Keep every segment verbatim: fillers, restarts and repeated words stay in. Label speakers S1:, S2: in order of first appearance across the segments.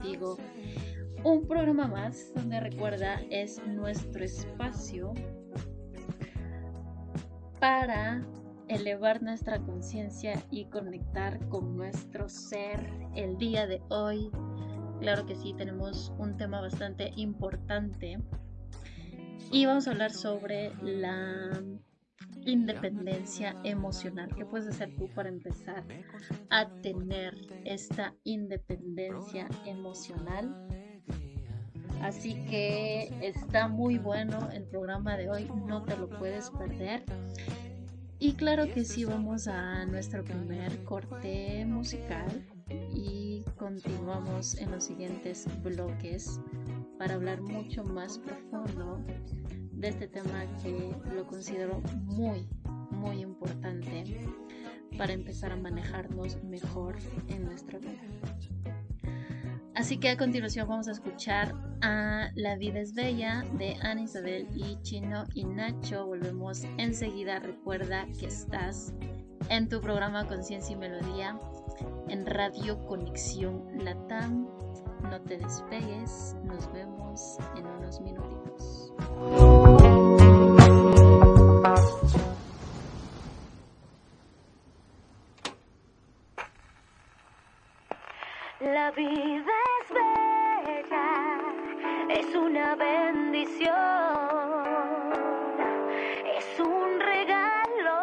S1: contigo. Un programa más donde recuerda es nuestro espacio para elevar nuestra conciencia y conectar con nuestro ser. El día de hoy, claro que sí, tenemos un tema bastante importante y vamos a hablar sobre la independencia emocional. ¿Qué puedes hacer tú para empezar a tener esta independencia emocional? Así que está muy bueno el programa de hoy, no te lo puedes perder. Y claro que sí, vamos a nuestro primer corte musical y continuamos en los siguientes bloques para hablar mucho más profundo de este tema que lo considero muy, muy importante para empezar a manejarnos mejor en nuestra vida. Así que a continuación vamos a escuchar a La Vida es Bella de Ana Isabel y Chino y Nacho. Volvemos enseguida. Recuerda que estás en tu programa Conciencia y Melodía en Radio Conexión Latam. No te despegues, nos vemos en unos minutitos.
S2: La vida es bella, es una bendición, es un regalo.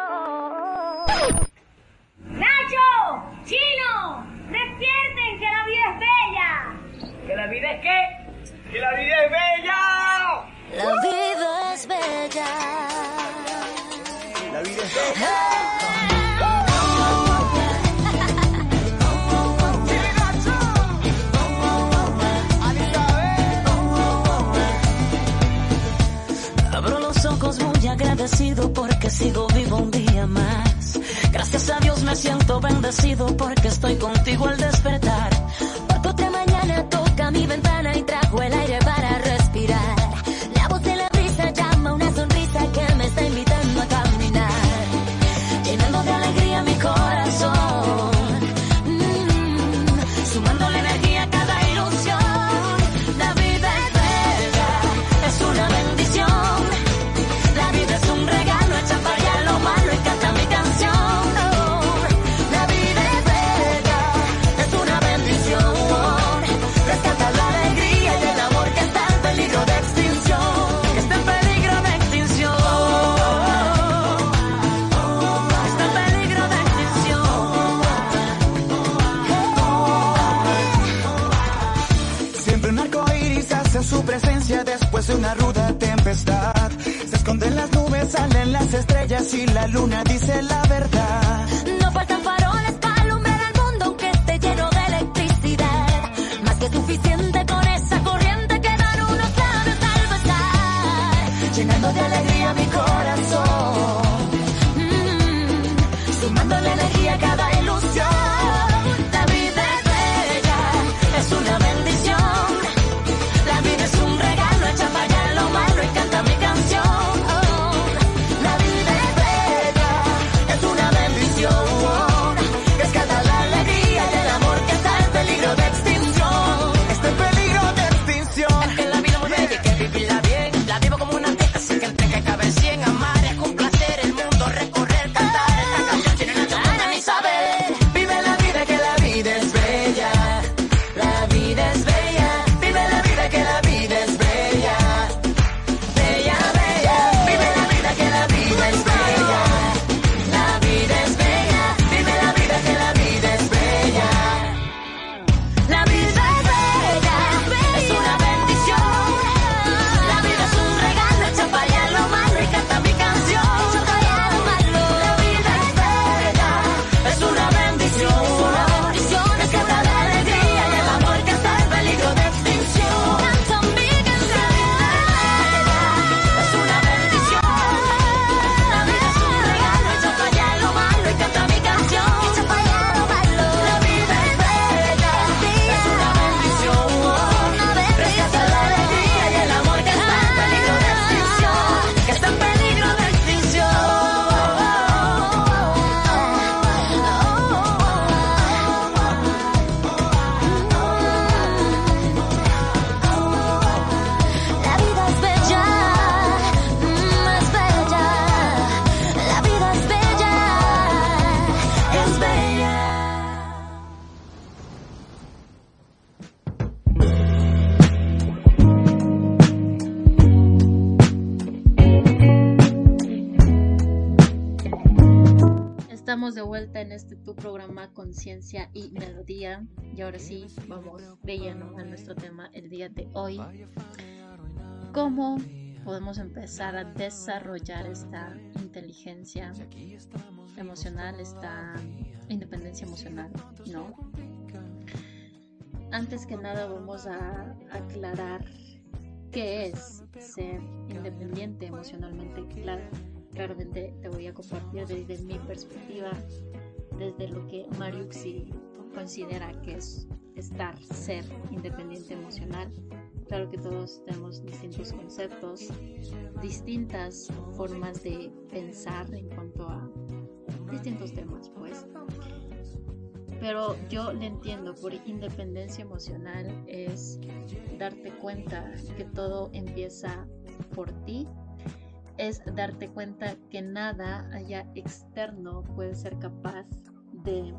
S3: ¡Nacho! ¡Chino! ¡Despierten, que la vida es bella!
S4: ¿Que la vida es qué? ¡Que la vida es bella!
S2: La vida es bella.
S4: La vida es bella.
S5: Muy agradecido porque sigo vivo un día más. Gracias a Dios me siento bendecido porque estoy contigo al despertar. Porque otra mañana toca mi ventana y trajo el aire para respirar. La voz de la brisa llama una sonrisa que me está invitando a caminar, llenando de alegría mi corazón, mm, sumándole energía a cada ilusión. La vida es bella, es una bendición.
S6: Su presencia después de una ruda tempestad. Se esconden las nubes, salen las estrellas y la luna dice la verdad.
S5: No faltan faroles para alumbrar el mundo aunque esté lleno de electricidad. Más que suficiente con esa corriente que dan unos labios al besar, llenando de alegría mi corazón, mm, sumándole energía a cada ilusión. La vida es bella, es una bendición. Es un regalo, echa para allá lo malo y canta mi canción. Oh, la vida es bella, es una bendición.
S1: Estamos de vuelta en este tu programa Conciencia y Melodía. Y ahora sí, vamos de lleno a nuestro tema el día de hoy. ¿Cómo podemos empezar a desarrollar esta inteligencia emocional, esta independencia emocional, ¿no? Antes que nada vamos a aclarar qué es ser independiente emocionalmente. Claro, claramente te voy a compartir desde mi perspectiva, desde lo que Mariuxi considera que es estar, ser independiente emocional. Claro que todos tenemos distintos conceptos, distintas formas de pensar en cuanto a distintos temas, pues. Pero yo le entiendo por independencia emocional es darte cuenta que todo empieza por ti, es darte cuenta que nada allá externo puede ser capaz de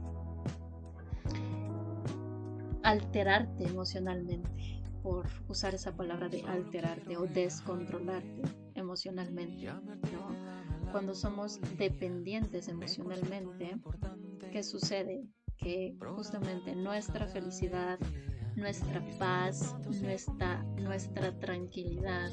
S1: alterarte emocionalmente, por usar esa palabra de alterarte o descontrolarte emocionalmente, ¿no? Cuando somos dependientes emocionalmente, ¿qué sucede? Que justamente nuestra felicidad, nuestra paz, nuestra, nuestra tranquilidad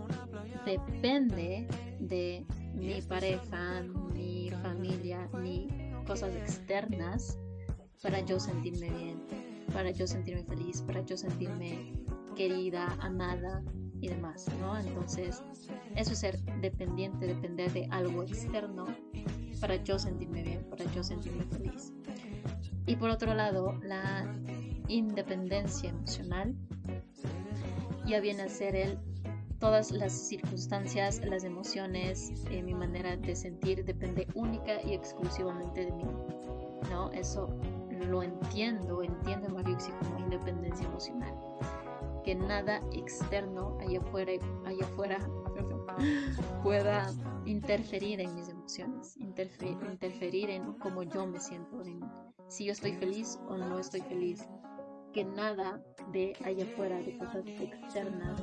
S1: depende de mi pareja, mi familia, mi cosas externas para yo sentirme bien, para yo sentirme feliz, para yo sentirme querida, amada y demás, ¿no? Entonces, eso es ser dependiente, depender de algo externo para yo sentirme bien, para yo sentirme feliz. Y por otro lado, la independencia emocional ya viene a ser el todas las circunstancias, las emociones, eh, mi manera de sentir depende única y exclusivamente de mí, ¿no? Eso lo entiendo, entiendo Mariuxi como independencia emocional, que nada externo allá afuera, allá afuera pueda interferir en mis emociones, interferir, interferir en cómo yo me siento, en si yo estoy feliz o no estoy feliz, que nada de allá afuera, de cosas externas,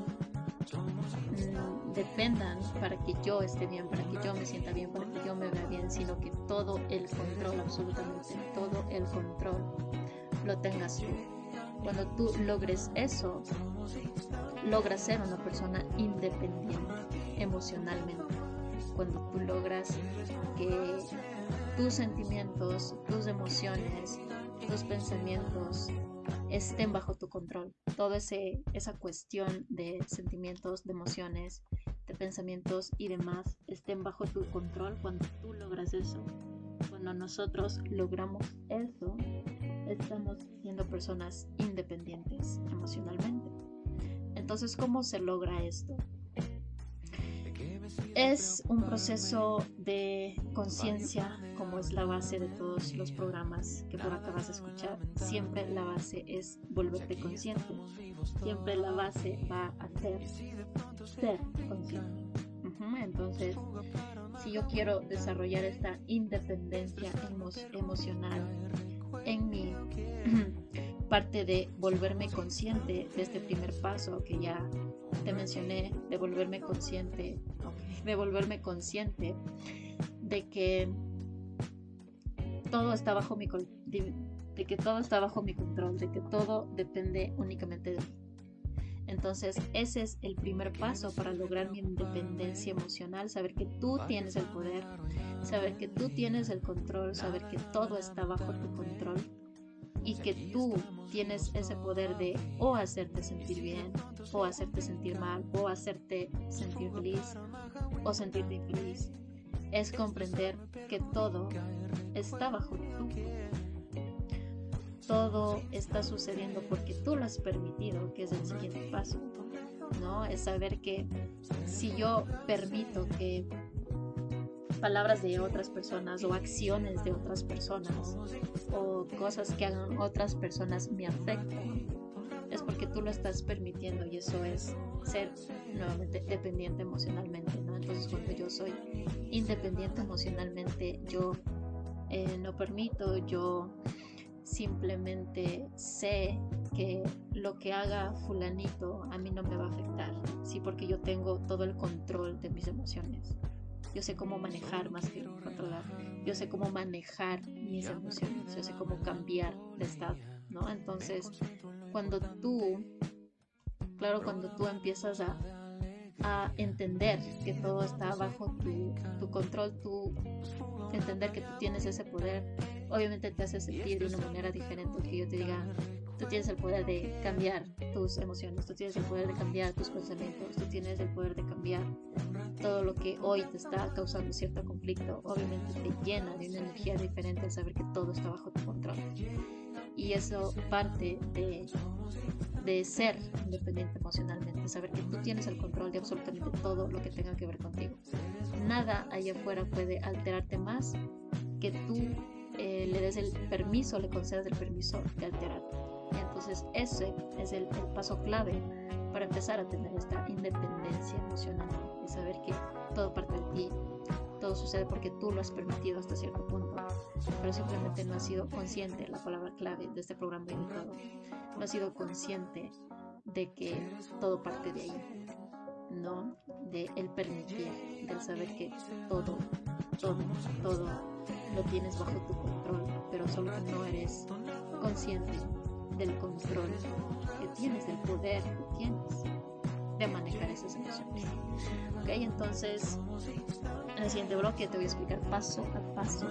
S1: mmm, dependan para que yo esté bien, para que yo me sienta bien, para que yo me vea bien, sino que todo el control, absolutamente todo el control lo tengas tú. Cuando tú logres eso, logras ser una persona independiente emocionalmente. Cuando tú logras que tus sentimientos, tus emociones, tus pensamientos estén bajo tu control. Toda esa cuestión de sentimientos, de emociones, de pensamientos y demás estén bajo tu control. Cuando tú logras eso, cuando nosotros logramos eso, estamos siendo personas independientes emocionalmente. Entonces, ¿cómo se logra esto? Es un proceso de conciencia, como es la base de todos los programas que por acá vas a escuchar. Siempre la base es volverte consciente. Siempre la base va a ser ser consciente. Uh-huh. Entonces, si yo quiero desarrollar esta independencia emo- emocional en mí, parte de volverme consciente de este primer paso que ya te mencioné, de volverme consciente, de volverme consciente de que todo está bajo mi de, de que todo está bajo mi control, de que todo depende únicamente de mí. Entonces, ese es el primer paso para lograr mi independencia emocional, saber que tú tienes el poder, saber que tú tienes el control, saber que todo está bajo tu control y que tú tienes ese poder de o hacerte sentir bien, o hacerte sentir mal, o hacerte sentir feliz, o sentirte infeliz. Es comprender que todo está bajo tu control. Todo está sucediendo porque tú lo has permitido, que es el siguiente paso, ¿no? Es saber que si yo permito que palabras de otras personas o acciones de otras personas o cosas que hagan otras personas me afecten, es porque tú lo estás permitiendo, y eso es ser nuevamente dependiente emocionalmente, ¿no? Entonces, cuando yo soy independiente emocionalmente, yo eh, no permito, yo simplemente sé que lo que haga fulanito a mí no me va a afectar, sí, porque yo tengo todo el control de mis emociones. yo sé cómo manejar más que controlar, yo sé cómo manejar mis emociones, yo sé cómo cambiar de estado, ¿no? Entonces, cuando tú, claro, cuando tú empiezas a, a entender que todo está bajo tu, tu control, tú entender que tú tienes ese poder, obviamente te hace sentir de una manera diferente. Que yo te diga, tú tienes el poder de cambiar tus emociones, tú tienes el poder de cambiar tus pensamientos, tú tienes el poder de cambiar todo lo que hoy te está causando cierto conflicto. Obviamente te llena de una energía diferente el saber que todo está bajo tu control. Y eso parte de, de ser independiente emocionalmente, saber que tú tienes el control de absolutamente todo lo que tenga que ver contigo. Nada allá afuera puede alterarte más que tú eh, le des el permiso, le concedas el permiso de alterarte. Entonces ese es el, el paso clave para empezar a tener esta independencia emocional, de saber que todo parte de ti, todo sucede porque tú lo has permitido hasta cierto punto, pero simplemente no has sido consciente, la palabra clave de este programa y de todo, no has sido consciente de que todo parte de ahí, no de el permitir, del saber que todo, todo, todo lo tienes bajo tu control, pero solo que no eres consciente del control que tienes, del poder que tienes de manejar esas emociones. Ok, entonces en el siguiente bloque te voy a explicar paso a paso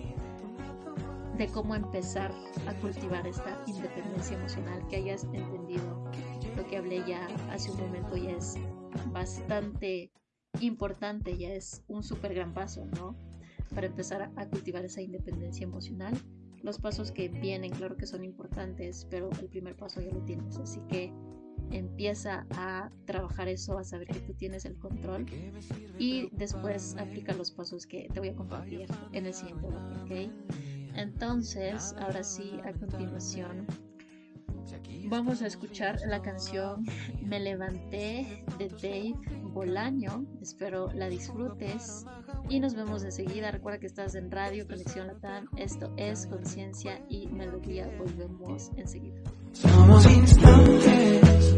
S1: de cómo empezar a cultivar esta independencia emocional, que hayas entendido lo que hablé ya hace un momento. Ya es bastante importante, ya es un súper gran paso, ¿no? Para empezar a cultivar esa independencia emocional. Los pasos que vienen, claro que son importantes, pero el primer paso ya lo tienes, así que empieza a trabajar eso, a saber que tú tienes el control, y después aplica los pasos que te voy a compartir en el siguiente bloque, ¿ok? Entonces, ahora sí, a continuación vamos a escuchar la canción Me Levanté de Dave Bolaño. Espero la disfrutes y nos vemos enseguida. Recuerda que estás en Radio Conexión Latam. Esto es Conciencia y Melodía. Volvemos enseguida.
S6: Somos instantes.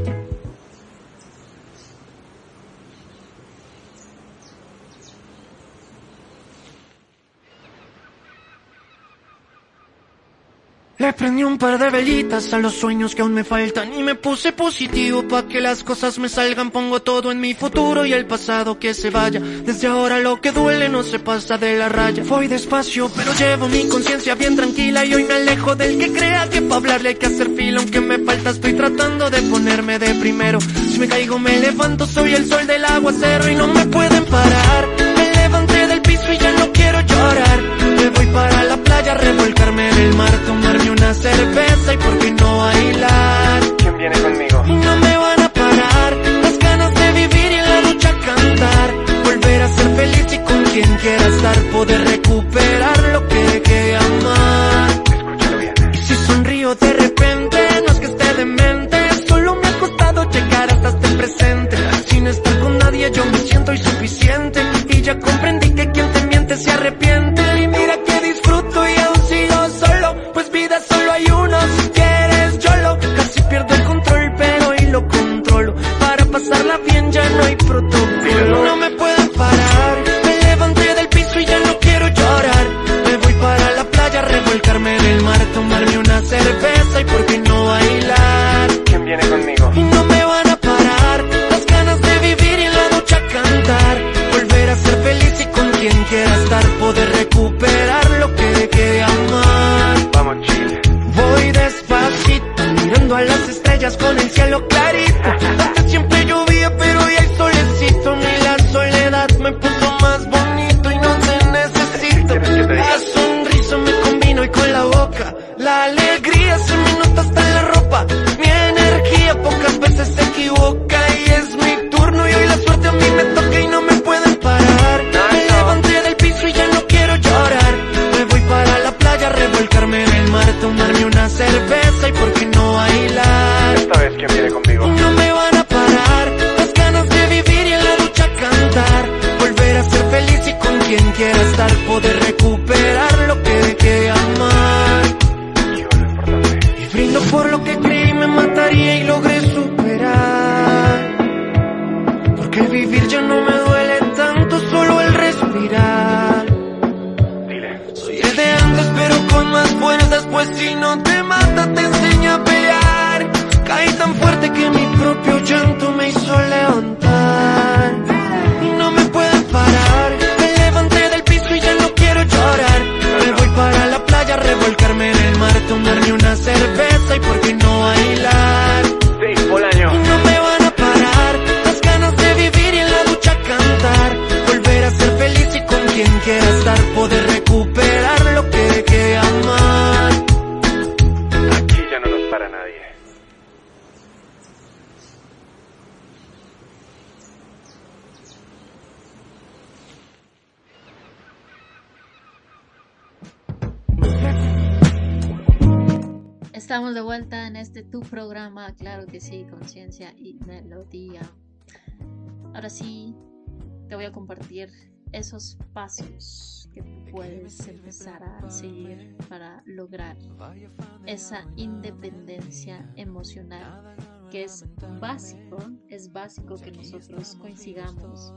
S6: Le prendí un par de velitas a los sueños que aún me faltan y me puse positivo pa' que las cosas me salgan. Pongo todo en mi futuro y el pasado que se vaya. Desde ahora lo que duele no se pasa de la raya. Voy despacio pero llevo mi conciencia bien tranquila y hoy me alejo del que crea que pa' hablarle hay que hacer fila. Aunque me falta estoy tratando de ponerme de primero. Si me caigo me levanto, soy el sol del aguacero y no me pueden parar. Me levanté del piso y ya no quiero llorar. Me voy para la playa, revolcarme en el mar, tomarme una cerveza y por qué no bailar.
S4: ¿Quién viene conmigo?
S6: Y no me van a parar las ganas de vivir y en la ducha cantar. Volver a ser feliz y con quien quiera estar. Poder recuperar lo que dejé de amar.
S4: Escúchalo bien.
S6: Si sonrío de repente no es que esté demente, solo me ha costado llegar hasta este presente. Sin estar con nadie yo me siento insuficiente y ya comprendí que quien te miente se arrepiente. Y mira que disfruto y aún sigo solo, pues vida solo hay uno, si quieres YOLO. Casi pierdo el control pero hoy lo controlo. Para pasarla bien ya no hay protocolo. No me pueden parar, me levanté del piso y ya no quiero llorar. Me voy para la playa, revolcarme en el mar, tomarme una cerveza y por qué no bailar.
S4: ¿Quién viene conmigo?
S6: Y no me van a parar las ganas de vivir y en la ducha cantar. Volver a ser feliz y con quien quiera estar. Poder recuperar lo que dejé de amar.
S4: Vamos, Chile.
S6: Voy despacito, mirando a las estrellas con el cielo clarito. Antes siempre llovía pero hoy hay solecito. Ni la soledad me puso más bonito y no te necesito. La sonrisa me combino y con la boca. La alegría se me nota hasta en la ropa. Mi energía pocas veces se equivoca y es mi turno y hoy la suerte a mí me toca y no me pueden parar. Me levanté del piso y ya no quiero llorar. Me voy para la playa, revolcarme en el mar, tomarme una cerveza y por qué no bailar.
S4: Esta vez, ¿quién viene conmigo?
S6: No fuerte que mi propio llanto me hizo levantar. Y no me pueden parar. Me levanté del piso y ya no quiero llorar. Me voy para la playa a revolcarme en el mar, tomarme una cerveza y por qué no bailar.
S4: Sí, Bolaño.
S6: Y no me van a parar las ganas de vivir y en la ducha cantar. Volver a ser feliz y con quien quiera estar, poder recuperar lo que dejé de amar.
S4: Aquí ya no nos para nadie.
S1: Estamos de vuelta en este tu programa, claro que sí, Conciencia y Melodía. Ahora sí, te voy a compartir esos pasos que tú puedes empezar a seguir para lograr esa independencia emocional, que es básico, es básico que nosotros coincidamos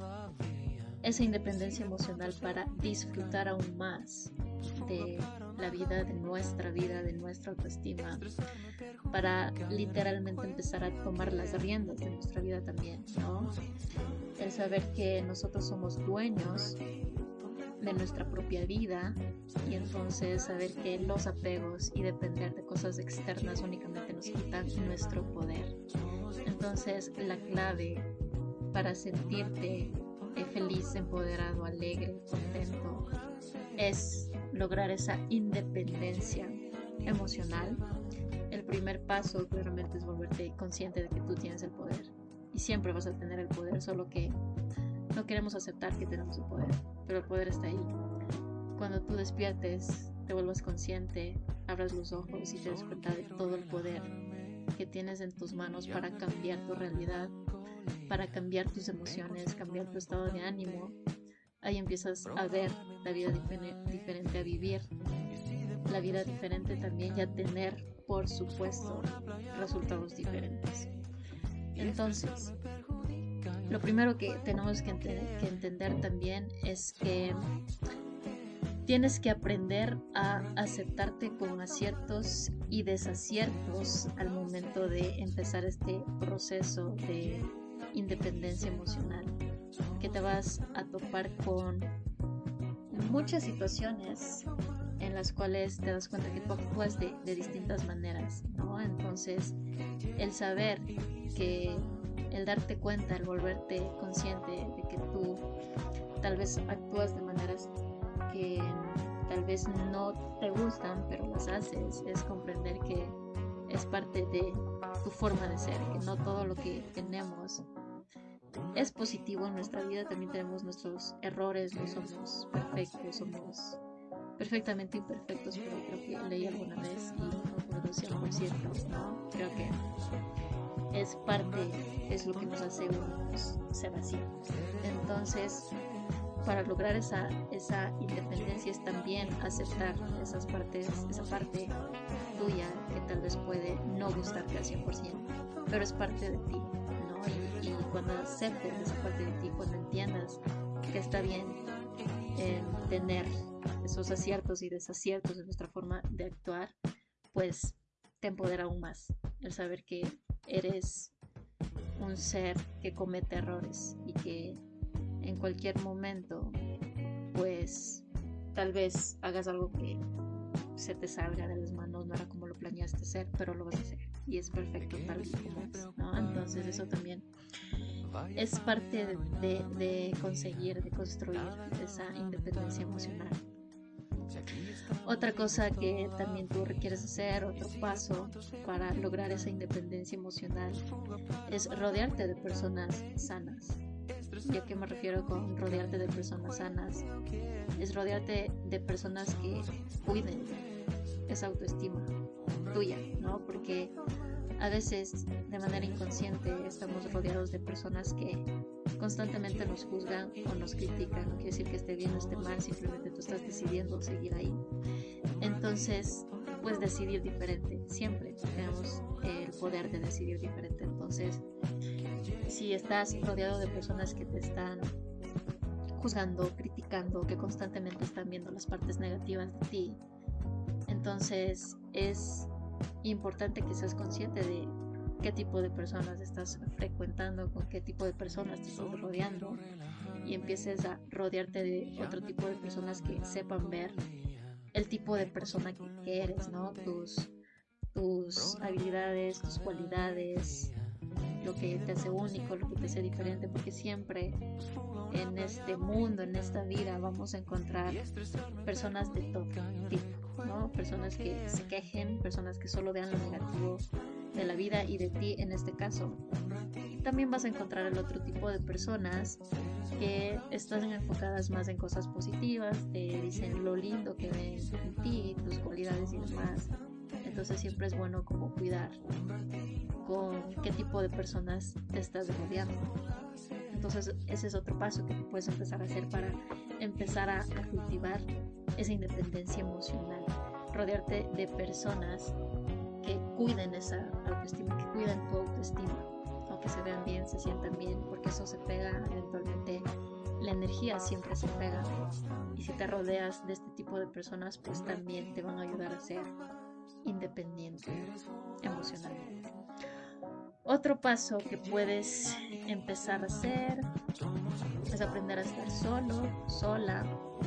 S1: esa independencia emocional para disfrutar aún más de la vida, de nuestra vida, de nuestra autoestima, para literalmente empezar a tomar las riendas de nuestra vida también, ¿no? El saber que nosotros somos dueños de nuestra propia vida y entonces saber que los apegos y depender de cosas externas únicamente nos quitan nuestro poder. Entonces la clave para sentirte eh, feliz, empoderado, alegre, contento es lograr esa independencia emocional. El primer paso claramente es volverte consciente de que tú tienes el poder y siempre vas a tener el poder, solo que no queremos aceptar que tenemos el poder, pero el poder está ahí. Cuando tú despiertes, te vuelvas consciente, abras los ojos y te des cuenta de todo el poder que tienes en tus manos para cambiar tu realidad, para cambiar tus emociones, cambiar tu estado de ánimo. Ahí empiezas a ver la vida difer- diferente, a vivir la vida diferente también y a tener, por supuesto, resultados diferentes. Entonces, lo primero que tenemos que, ent- que entender también es que tienes que aprender a aceptarte con aciertos y desaciertos al momento de empezar este proceso de independencia emocional, que te vas a topar con muchas situaciones en las cuales te das cuenta que tú actúas de, de distintas maneras, ¿no? Entonces, el saber que, el darte cuenta, el volverte consciente de que tú tal vez actúas de maneras que tal vez no te gustan, pero las haces, es comprender que es parte de tu forma de ser, que no todo lo que tenemos es positivo en nuestra vida, también tenemos nuestros errores, no somos perfectos, somos perfectamente imperfectos, pero creo que leí alguna vez y no recuerdo cien por ciento, ¿no? Creo que es parte, es lo que nos hace humanos ser así. Entonces, para lograr esa, esa independencia es también aceptar esas partes, esa parte tuya que tal vez puede no gustarte al cien por ciento, pero es parte de ti, ¿no? Y, y cuando aceptes esa parte de ti, cuando entiendas que está bien eh, tener esos aciertos y desaciertos de nuestra forma de actuar, pues te empodera aún más el saber que eres un ser que comete errores y que en cualquier momento pues tal vez hagas algo que se te salga de las manos, no era como lo planeaste hacer, pero lo vas a hacer y es perfecto tal y como es, ¿no? Entonces eso también es parte de, de, de conseguir, de construir esa independencia emocional. Otra cosa que también tú requieres hacer, otro paso para lograr esa independencia emocional, es rodearte de personas sanas. ¿Y a qué me refiero con rodearte de personas sanas? Es rodearte de personas que cuiden esa autoestima tuya, ¿no? Porque a veces de manera inconsciente estamos rodeados de personas que constantemente nos juzgan o nos critican. No quiere decir que esté bien o esté mal, simplemente tú estás decidiendo seguir ahí. Entonces, puedes decidir diferente. Siempre tenemos el poder de decidir diferente. Entonces, si estás rodeado de personas que te están juzgando, criticando, que constantemente están viendo las partes negativas de ti, entonces es importante que seas consciente de qué tipo de personas estás frecuentando, con qué tipo de personas te estás rodeando, y empieces a rodearte de otro tipo de personas que sepan ver el tipo de persona que eres, ¿no? Tus, tus habilidades, tus cualidades, lo que te hace único, lo que te hace diferente, porque siempre en este mundo, en esta vida, vamos a encontrar personas de todo tipo, ¿no? Personas que se quejen, personas que solo vean lo negativo de la vida y de ti en este caso. También vas a encontrar el otro tipo de personas que están enfocadas más en cosas positivas, te dicen lo lindo que ven en ti, tus cualidades y demás. Entonces siempre es bueno como cuidar con qué tipo de personas te estás rodeando. Entonces ese es otro paso que puedes empezar a hacer para empezar a, a cultivar esa independencia emocional. Rodearte de personas que cuiden esa autoestima, que cuiden tu autoestima, aunque se vean bien, se sientan bien, porque eso se pega eventualmente. La energía siempre se pega, y si te rodeas de este tipo de personas, pues también te van a ayudar a ser independiente emocionalmente. Otro paso que puedes empezar a hacer es aprender a estar solo, sola.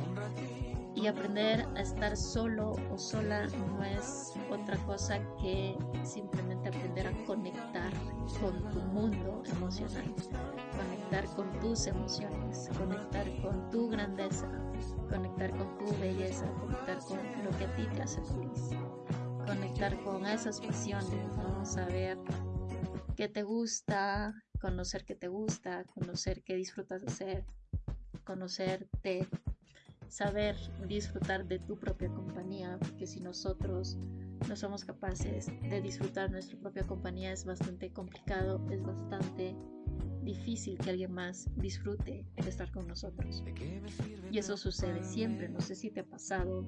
S1: Y aprender a estar solo o sola no es otra cosa que simplemente aprender a conectar con tu mundo emocional, conectar con tus emociones, conectar con tu grandeza, conectar con tu belleza, conectar con lo que a ti te hace feliz, conectar con esas pasiones, ¿no? Saber qué te gusta, conocer qué te gusta, conocer qué disfrutas hacer, conocerte, saber disfrutar de tu propia compañía, porque si nosotros no somos capaces de disfrutar nuestra propia compañía, es bastante complicado, es bastante difícil que alguien más disfrute de estar con nosotros. Y eso sucede siempre. No sé si te ha pasado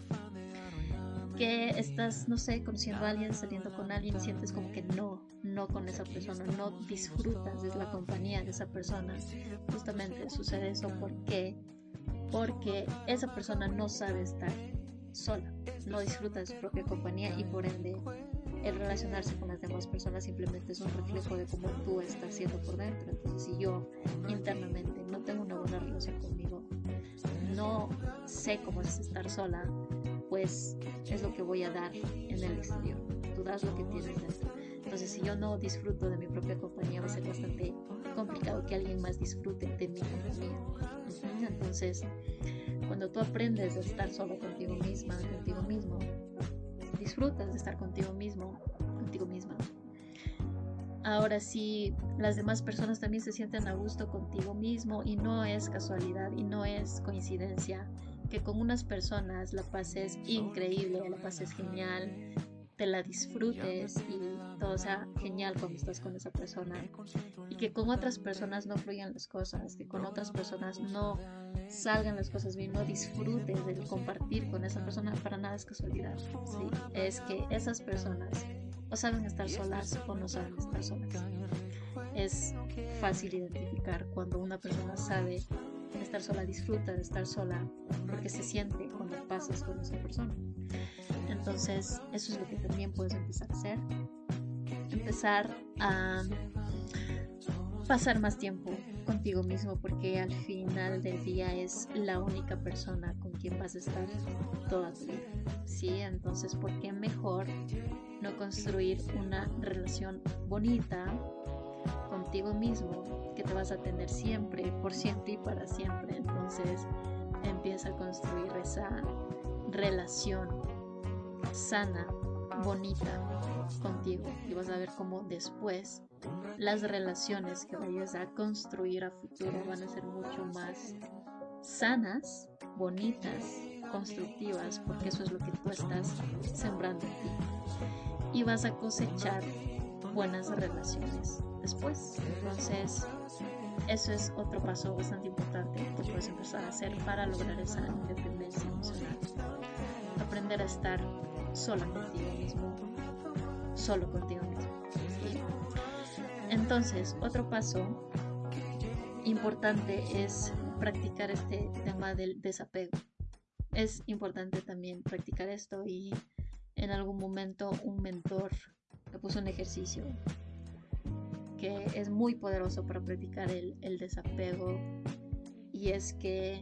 S1: que estás, no sé, conociendo a alguien, saliendo con alguien, sientes como que no, no con esa persona, no disfrutas de la compañía de esa persona. Justamente sucede eso porque porque esa persona no sabe estar sola, no disfruta de su propia compañía, y por ende el relacionarse con las demás personas simplemente es un reflejo de cómo tú estás siendo por dentro. Entonces, si yo internamente no tengo una buena relación conmigo, no sé cómo es estar sola, pues es lo que voy a dar en el exterior. Tú das lo que tienes dentro. Entonces, si yo no disfruto de mi propia compañía, va a ser bastante complicado que alguien más disfrute de mi compañía. Entonces, cuando tú aprendes a estar solo contigo misma, contigo mismo, disfrutas de estar contigo mismo, contigo misma. Ahora sí, las demás personas también se sienten a gusto contigo mismo, y no es casualidad y no es coincidencia que con unas personas la pases increíble, la pases genial, te la disfrutes y todo sea genial cuando estás con esa persona, y que con otras personas no fluyan las cosas, que con otras personas no salgan las cosas bien, no disfrutes del compartir con esa persona. Para nada es casualidad, ¿sí? Es que esas personas o saben estar solas o no saben estar solas. Es fácil identificar cuando una persona sabe estar sola, disfruta de estar sola, porque se siente cuando pasas con esa persona. Entonces, eso es lo que también puedes empezar a hacer. Empezar a pasar más tiempo contigo mismo, porque al final del día es la única persona con quien vas a estar toda tu vida, ¿sí? Entonces, ¿por qué mejor no construir una relación bonita contigo mismo, que te vas a tener siempre, por siempre y para siempre? Entonces, empieza a construir esa relación sana, bonita contigo, y vas a ver cómo después las relaciones que vayas a construir a futuro van a ser mucho más sanas, bonitas, constructivas, porque eso es lo que tú estás sembrando en ti, y vas a cosechar buenas relaciones después. Entonces, eso es otro paso bastante importante que puedes empezar a hacer para lograr esa independencia emocional. Aprender a estar sola contigo mismo, solo contigo mismo, ¿sí? Entonces, otro paso importante es practicar este tema del desapego. Es importante también practicar esto, y en algún momento un mentor me puso un ejercicio que es muy poderoso para practicar el, el desapego, y es que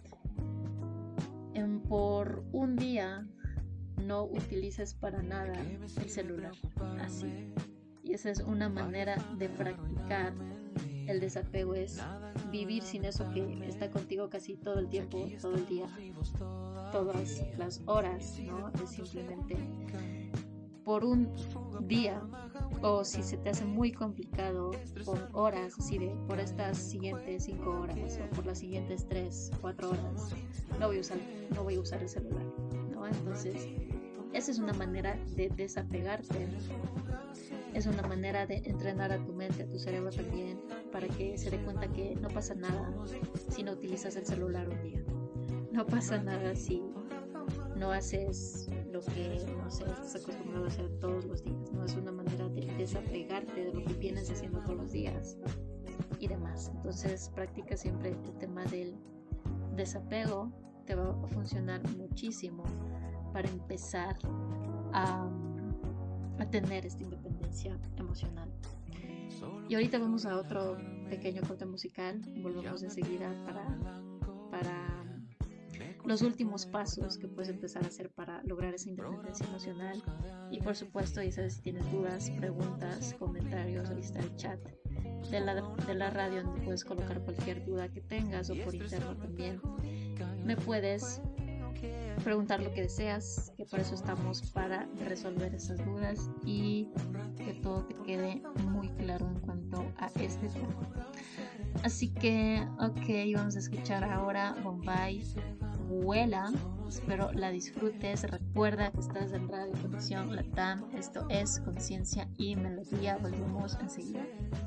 S1: en, por un día no utilices para nada el celular, así. Y esa es una manera de practicar el desapego, es vivir sin eso que está contigo casi todo el tiempo, todo el día, todas las horas, ¿no? Es simplemente por un día, o si se te hace muy complicado, por horas, así de por estas siguientes cinco horas o por las siguientes tres, cuatro horas, no voy a usar, no voy a usar el celular, ¿no? Entonces, esa es una manera de desapegarte. Es una manera de entrenar a tu mente, a tu cerebro también, para que se dé cuenta que no pasa nada si no utilizas el celular un día. No pasa nada si no haces lo que, no sé, estás acostumbrado a hacer todos los días. No es una manera de desapegarte de lo que vienes haciendo todos los días y demás. Entonces, practica siempre el tema del desapego. Te va a funcionar muchísimo para empezar a, a tener esta independencia emocional. Y ahorita vamos a otro pequeño corte musical. Volvemos enseguida para, para los últimos pasos que puedes empezar a hacer para lograr esa independencia emocional. Y por supuesto, ya sabes, si tienes dudas, preguntas, comentarios, ahí está el chat de la, de la radio, donde puedes colocar cualquier duda que tengas, o por interno también me puedes preguntar lo que deseas, que por eso estamos, para resolver esas dudas y que todo te quede muy claro en cuanto a este tema. Así que, ok, vamos a escuchar ahora Bombay, Vuela. Espero la disfrutes. Recuerda que estás en Radio Conexión Latam. Esto es Conciencia y Melodía. Volvemos enseguida.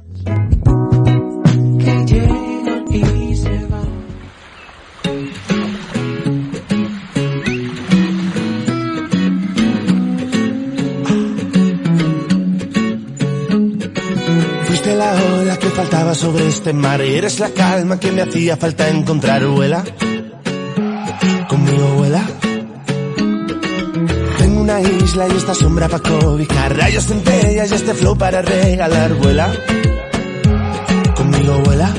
S6: Que llegan y se van. Fuiste la ola que faltaba sobre este mar y eres la calma que me hacía falta encontrar. Vuela, conmigo vuela. Tengo una isla y esta sombra para cobijar, rayos, centellas y este flow para regalar. Vuela, conmigo vuela.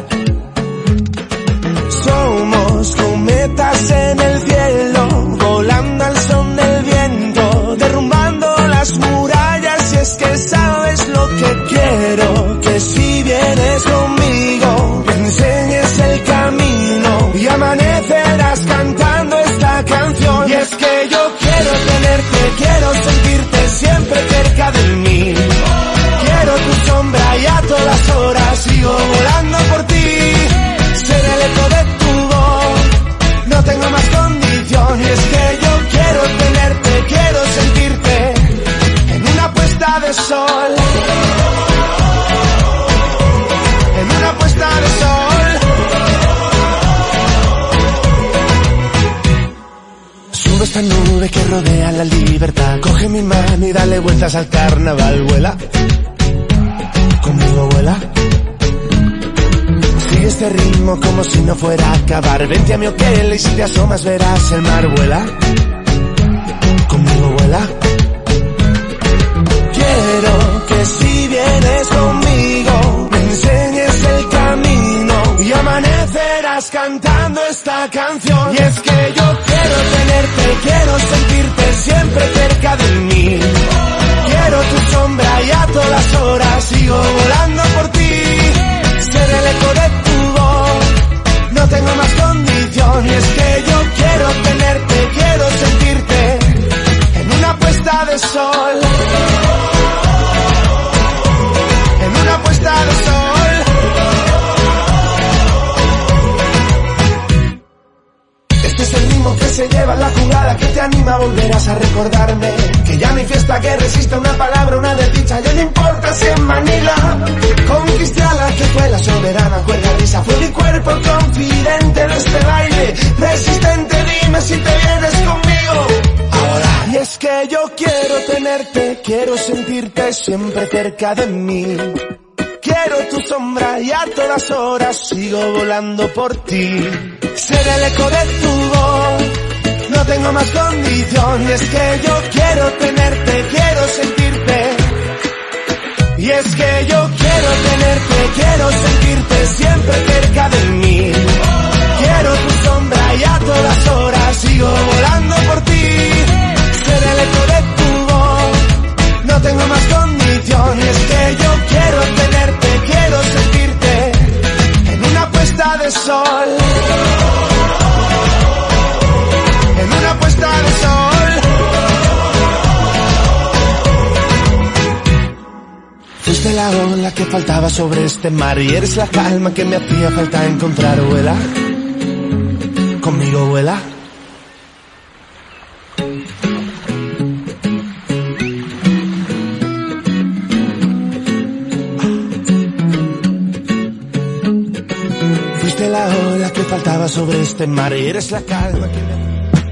S6: Somos cometas en el cielo, volando al son del viento, derrumbando las murallas. Y es que sabes lo que quiero, que si vienes conmigo me enseñes el camino y amanecerás cantando esta canción. Y es que yo quiero tenerte, quiero sentirte siempre cerca de mí. Quiero tu sombra y a todas horas sigo volando por ti. Ser el eco de tu voz, no tengo más condición. Y es que yo quiero tenerte, quiero sentirte en una puesta de sol, en una puesta de sol. Sube esta nube que rodea la libertad, coge mi mano y dale vueltas al carnaval. Vuela, conmigo vuela. Sigue este ritmo como si no fuera a acabar. Vente a mi hotel y si te asomas verás el mar. Vuela, conmigo vuela. Quiero que si vienes conmigo me enseñes el camino y amanecerás cantando esta canción. Y es que yo quiero tenerte, quiero sentirte siempre cerca de mí. Quiero tu sombra y a todas horas sigo volando por ti. Ser el eco de tu voz, no tengo más condición. Y es que yo quiero tenerte, quiero sentirte en una puesta de sol, en una puesta de sol. Este es el ritmo que se lleva en la jugada, que te anima, volverás a recordarme que ya no hay fiesta que resista una palabra, una desdicha. Ya no importa si en Manila conquisté a la que fue la soberana cuerda risa. Fue mi cuerpo confidente de este baile resistente. Dime si te vienes conmigo ahora. Y es que yo quiero tenerte, quiero sentirte siempre cerca de mí. Quiero tu sombra y a todas horas sigo volando por ti. Ser el eco de tu voz, no tengo más condición. Y es que yo quiero tenerte, quiero sentirte. Y es que yo quiero tener
S7: quiero sentirte siempre cerca de mí. Quiero tu sombra y a todas horas sigo volando por ti. Ser el eco de tu voz, no tengo más condición. Y es que yo quiero tenerte, quiero sentirte en una puesta de sol. En una puesta de sol. Fuiste la ola que faltaba sobre este mar y eres la calma que me hacía falta encontrar. Vuela, conmigo vuela. Fuiste la ola que faltaba sobre este mar y eres la calma que me...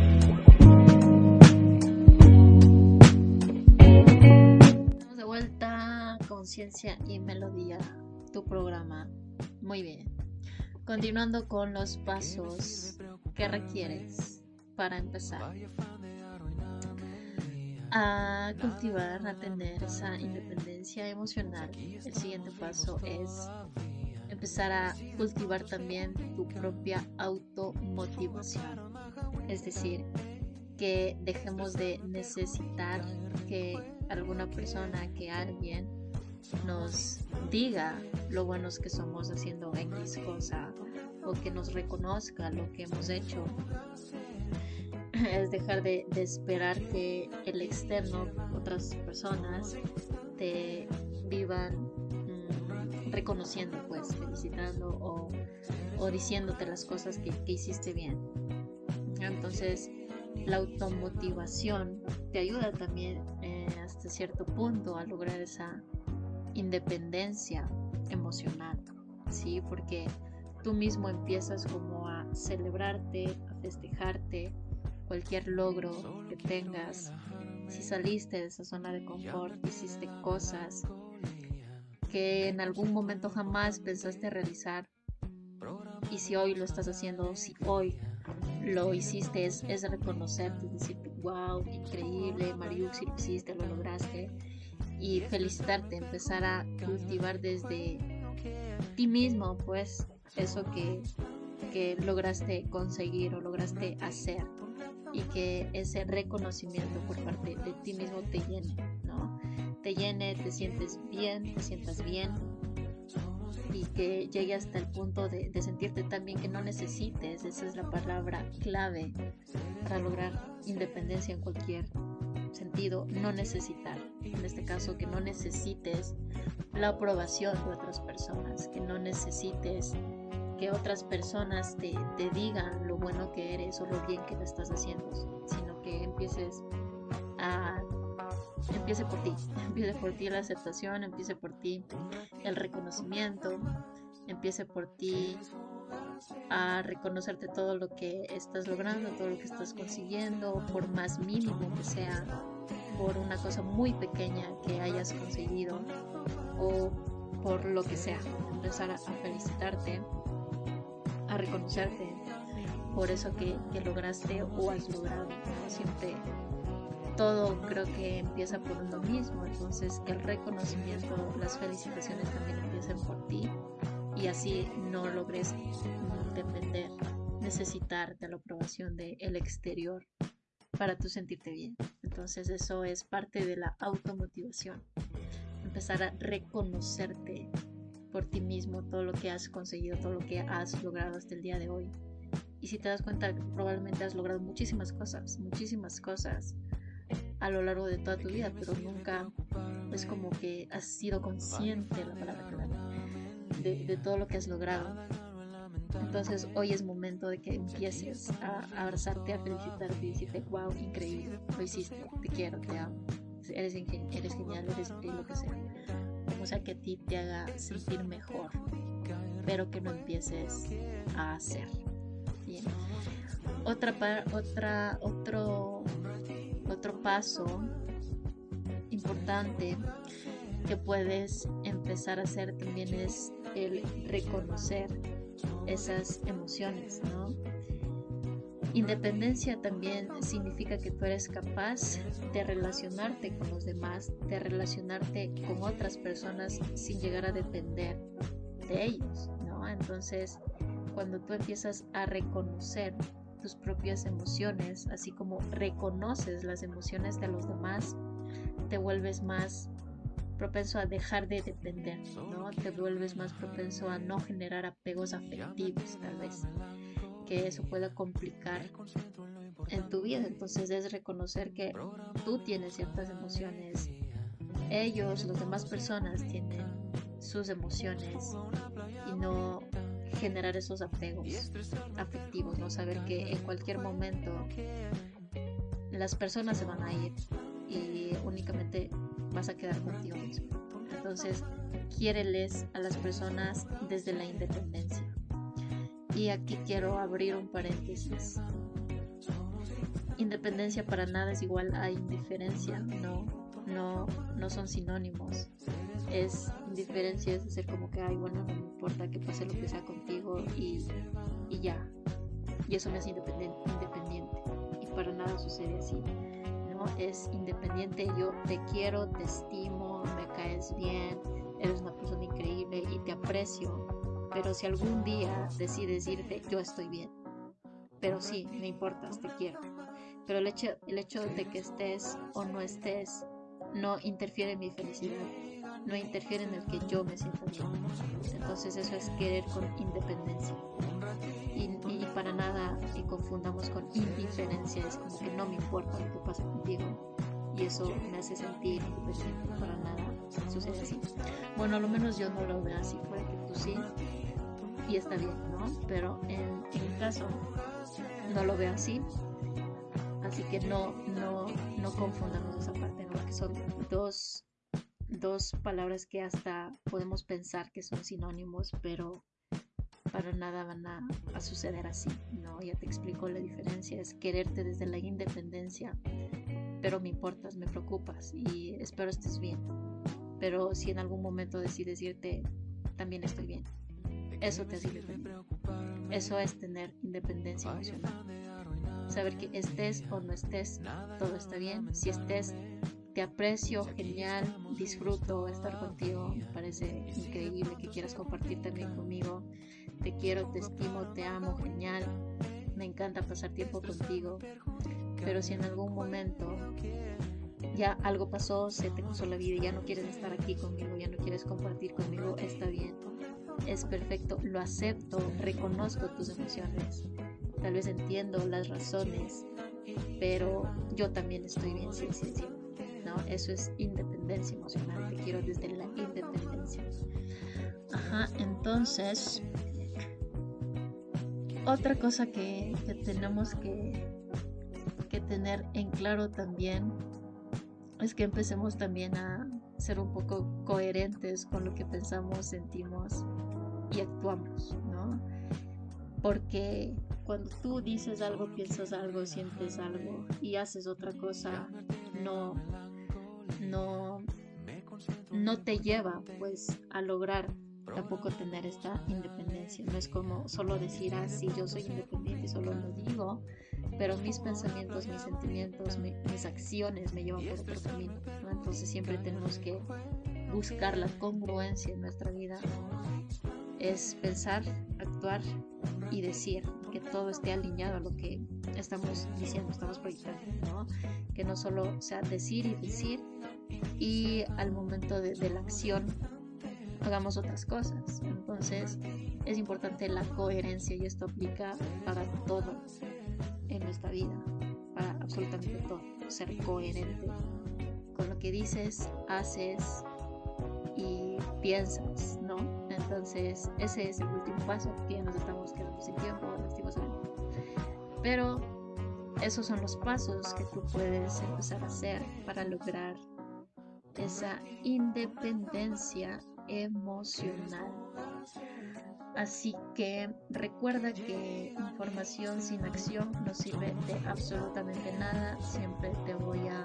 S1: Conciencia y melodía, tu programa. Muy bien. Continuando con los pasos que requieres para empezar a cultivar, a tener esa independencia emocional. El siguiente paso es empezar a cultivar también tu propia automotivación. Es decir, que dejemos de necesitar que alguna persona, que alguien nos diga lo buenos que somos haciendo X cosa o que nos reconozca lo que hemos hecho. Es dejar de, de esperar que el externo, otras personas, te vivan mmm, reconociendo, pues, felicitando o, o diciéndote las cosas que, que hiciste bien. Entonces, la automotivación te ayuda también eh, hasta cierto punto a lograr esa independencia emocional, ¿sí? Porque tú mismo empiezas como a celebrarte, a festejarte cualquier logro que tengas. Si saliste de esa zona de confort, hiciste cosas que en algún momento jamás pensaste realizar, y si hoy lo estás haciendo, si hoy lo hiciste, es, es reconocerte, es decir, wow, increíble, Mariux, si lo hiciste, lo lograste. Y felicitarte, empezar a cultivar desde ti mismo, pues, eso que, que lograste conseguir o lograste hacer, y que ese reconocimiento por parte de ti mismo te llene, ¿no? Te llene, te sientes bien, te sientas bien, y que llegue hasta el punto de, de sentirte tan bien que no necesites, esa es la palabra clave para lograr independencia en cualquier sentido, no necesitar. En este caso, que no necesites la aprobación de otras personas, que no necesites que otras personas te, te digan lo bueno que eres o lo bien que lo estás haciendo, sino que empieces a empiece por ti, empiece por ti la aceptación, empiece por ti el reconocimiento, empiece por ti a reconocerte todo lo que estás logrando, todo lo que estás consiguiendo, por más mínimo que sea, por una cosa muy pequeña que hayas conseguido o por lo que sea. Empezar a, a felicitarte, a reconocerte por eso que, que lograste o has logrado. Siempre todo creo que empieza por uno mismo, entonces que el reconocimiento, las felicitaciones también empiecen por ti, y así no logres depender, necesitar de la aprobación del exterior para tú sentirte bien. Entonces eso es parte de la automotivación, empezar a reconocerte por ti mismo, todo lo que has conseguido, todo lo que has logrado hasta el día de hoy. Y si te das cuenta, probablemente has logrado muchísimas cosas, muchísimas cosas a lo largo de toda tu vida, pero nunca es como que has sido consciente, la palabra clave, de, de todo lo que has logrado. Entonces hoy es momento de que empieces a, a abrazarte, a felicitarte y decirte, wow, increíble, lo hiciste, te quiero, te amo, eres, ingen- eres genial, eres increíble, lo que sea, como sea que a ti te haga sentir mejor, pero que no empieces a hacer. Bien. Otra, par, otra, otro, otro paso importante que puedes empezar a hacer también es el reconocer esas emociones, ¿no? Independencia también significa que tú eres capaz de relacionarte con los demás, de relacionarte con otras personas sin llegar a depender de ellos, ¿no? Entonces, cuando tú empiezas a reconocer tus propias emociones, así como reconoces las emociones de los demás, te vuelves más propenso a dejar de depender, ¿no? Te vuelves más propenso a no generar apegos afectivos, tal vez, que eso pueda complicar en tu vida. Entonces es reconocer que tú tienes ciertas emociones, ellos, las demás personas tienen sus emociones, y no generar esos apegos afectivos, no saber que en cualquier momento las personas se van a ir y únicamente vas a quedar contigo mismo. Entonces, quiéreles a las personas desde la independencia. Y aquí quiero abrir un paréntesis. Independencia para nada es igual a indiferencia, no, no, no son sinónimos. Es indiferencia, es decir, como que, ay, bueno, no me importa que pase lo que sea contigo y, y ya. Y eso me hace independiente, independiente. Y para nada sucede así, ¿no? Es independiente, yo te quiero, te estimo, me caes bien, eres una persona increíble y te aprecio. Pero si algún día decides irte, yo estoy bien. Pero sí, me importas, te quiero. Pero el hecho, el hecho de que estés o no estés no interfiere en mi felicidad, no interfiere en el que yo me sienta bien. Entonces eso es querer con independencia. Y, y para nada y confundamos con indiferencia, es como que no me importa lo que pasa contigo y eso me hace sentir independiente. Para nada sucede así. Bueno, a lo menos yo no lo veo así, puede que tú sí, y está bien, ¿no? Pero en, en mi caso no lo veo así. Así que no, no, no confundamos esa parte, ¿no? Que son dos, dos palabras que hasta podemos pensar que son sinónimos, pero para nada van a, a suceder así, ¿no? Ya te explico la diferencia, es quererte desde la independencia, pero me importas, me preocupas y espero estés bien. Pero si en algún momento decides irte, también estoy bien. Eso te hace independiente. Eso es tener independencia emocional. Saber que estés o no estés, todo está bien. Si estés, te aprecio, genial, disfruto estar contigo, me parece increíble que quieras compartir también conmigo. Te quiero, te estimo, te amo, genial, me encanta pasar tiempo contigo. Pero si en algún momento ya algo pasó, se te cruzó la vida y ya no quieres estar aquí conmigo, ya no quieres compartir conmigo, está bien, es perfecto, lo acepto, reconozco tus emociones. Tal vez entiendo las razones, pero yo también estoy bien, sí, sí, sí. ¿No? Eso es independencia emocional. Te quiero desde la independencia. Ajá, entonces, otra cosa que, que tenemos que, que tener en claro también es que empecemos también a ser un poco coherentes con lo que pensamos, sentimos y actuamos, ¿no? Porque cuando tú dices algo, piensas algo, sientes algo y haces otra cosa, no, no, no te lleva pues a lograr tampoco tener esta independencia. No es como solo decir, ah, sí, yo soy independiente, solo lo digo, pero mis pensamientos, mis sentimientos, mi, mis acciones me llevan por otro camino, ¿no? Entonces siempre tenemos que buscar la congruencia en nuestra vida. Es pensar, actuar y decir, que todo esté alineado a lo que estamos diciendo, estamos proyectando, ¿no? Que no solo sea decir y decir y al momento de, de la acción hagamos otras cosas. Entonces es importante la coherencia y esto aplica para todo en nuestra vida, para absolutamente todo. Ser coherente con lo que dices, haces y piensas, ¿no? Entonces ese es el último paso, que ya nos estamos quedando sin tiempo, lastimosamente. Pero esos son los pasos que tú puedes empezar a hacer para lograr esa independencia emocional. Así que recuerda que información sin acción no sirve de absolutamente nada. Siempre te voy a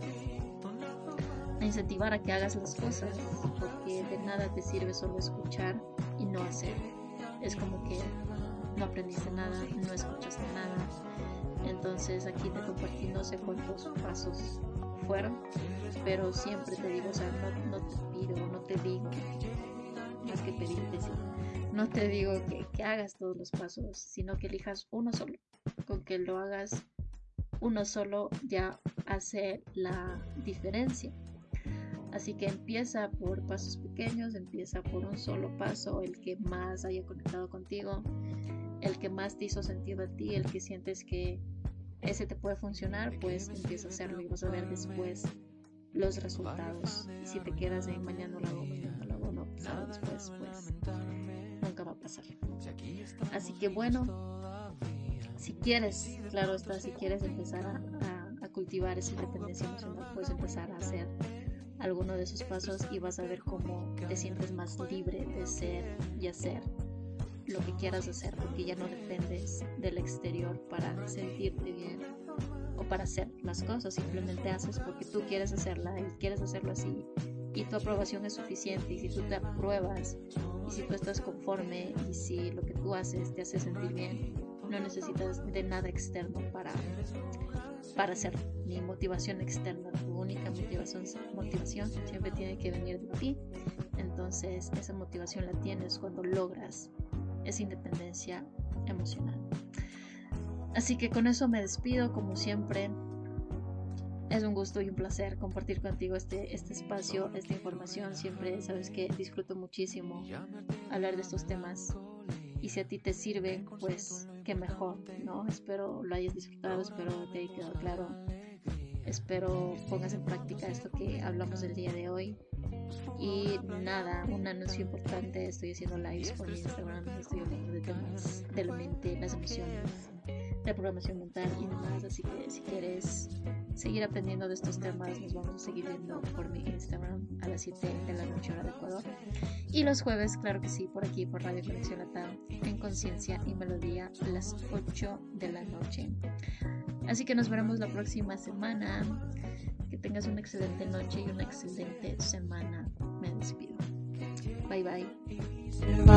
S1: a incentivar a que hagas las cosas, porque de nada te sirve solo escuchar y no hacer. Es como que no aprendiste nada, no escuchaste nada. Entonces aquí te compartí no sé cuántos pasos fueron, pero siempre te digo, o sea, no, no te pido, no te digo más que pedirte, sí. No te digo que, que hagas todos los pasos, sino que elijas uno solo. Con que lo hagas uno solo ya hace la diferencia. Así que empieza por pasos pequeños, empieza por un solo paso, el que más haya conectado contigo, el que más te hizo sentido a ti, el que sientes que ese te puede funcionar, pues empieza a hacerlo y vas a ver después los resultados. Y si te quedas en mañana lo hago, mañana lo hago, no, pasado después, pues nunca va a pasar. Así que bueno, si quieres, claro está, si quieres empezar a, a, a cultivar esa independencia emocional, puedes empezar a hacer alguno de esos pasos y vas a ver cómo te sientes más libre de ser y hacer lo que quieras hacer, porque ya no dependes del exterior para sentirte bien o para hacer las cosas, simplemente haces porque tú quieres hacerla y quieres hacerlo así y tu aprobación es suficiente. Y si tú te apruebas y si tú estás conforme y si lo que tú haces te hace sentir bien, no necesitas de nada externo para, para hacerlo, ni motivación externa. Tu única motivación, motivación siempre tiene que venir de ti. Entonces esa motivación la tienes cuando logras esa independencia emocional. Así que con eso me despido. Como siempre, es un gusto y un placer compartir contigo este, este espacio, esta información. Siempre sabes que disfruto muchísimo hablar de estos temas, y si a ti te sirve, pues qué mejor, ¿no? Espero lo hayas disfrutado, espero te haya quedado claro, espero pongas en práctica esto que hablamos el día de hoy. Y nada, un anuncio importante: estoy haciendo lives por mi Instagram, estoy hablando de temas de la mente, las emociones, de programación mental y demás. Así que si quieres seguir aprendiendo de estos temas, nos vamos a seguir viendo por mi Instagram a las siete de la noche hora de Ecuador, y los jueves, claro que sí, por aquí por Radio Conexión Latam, en Conciencia y Melodía, a las ocho de la noche. Así que nos veremos la próxima semana. Que tengas una excelente noche y una excelente semana. Me despido. Bye bye.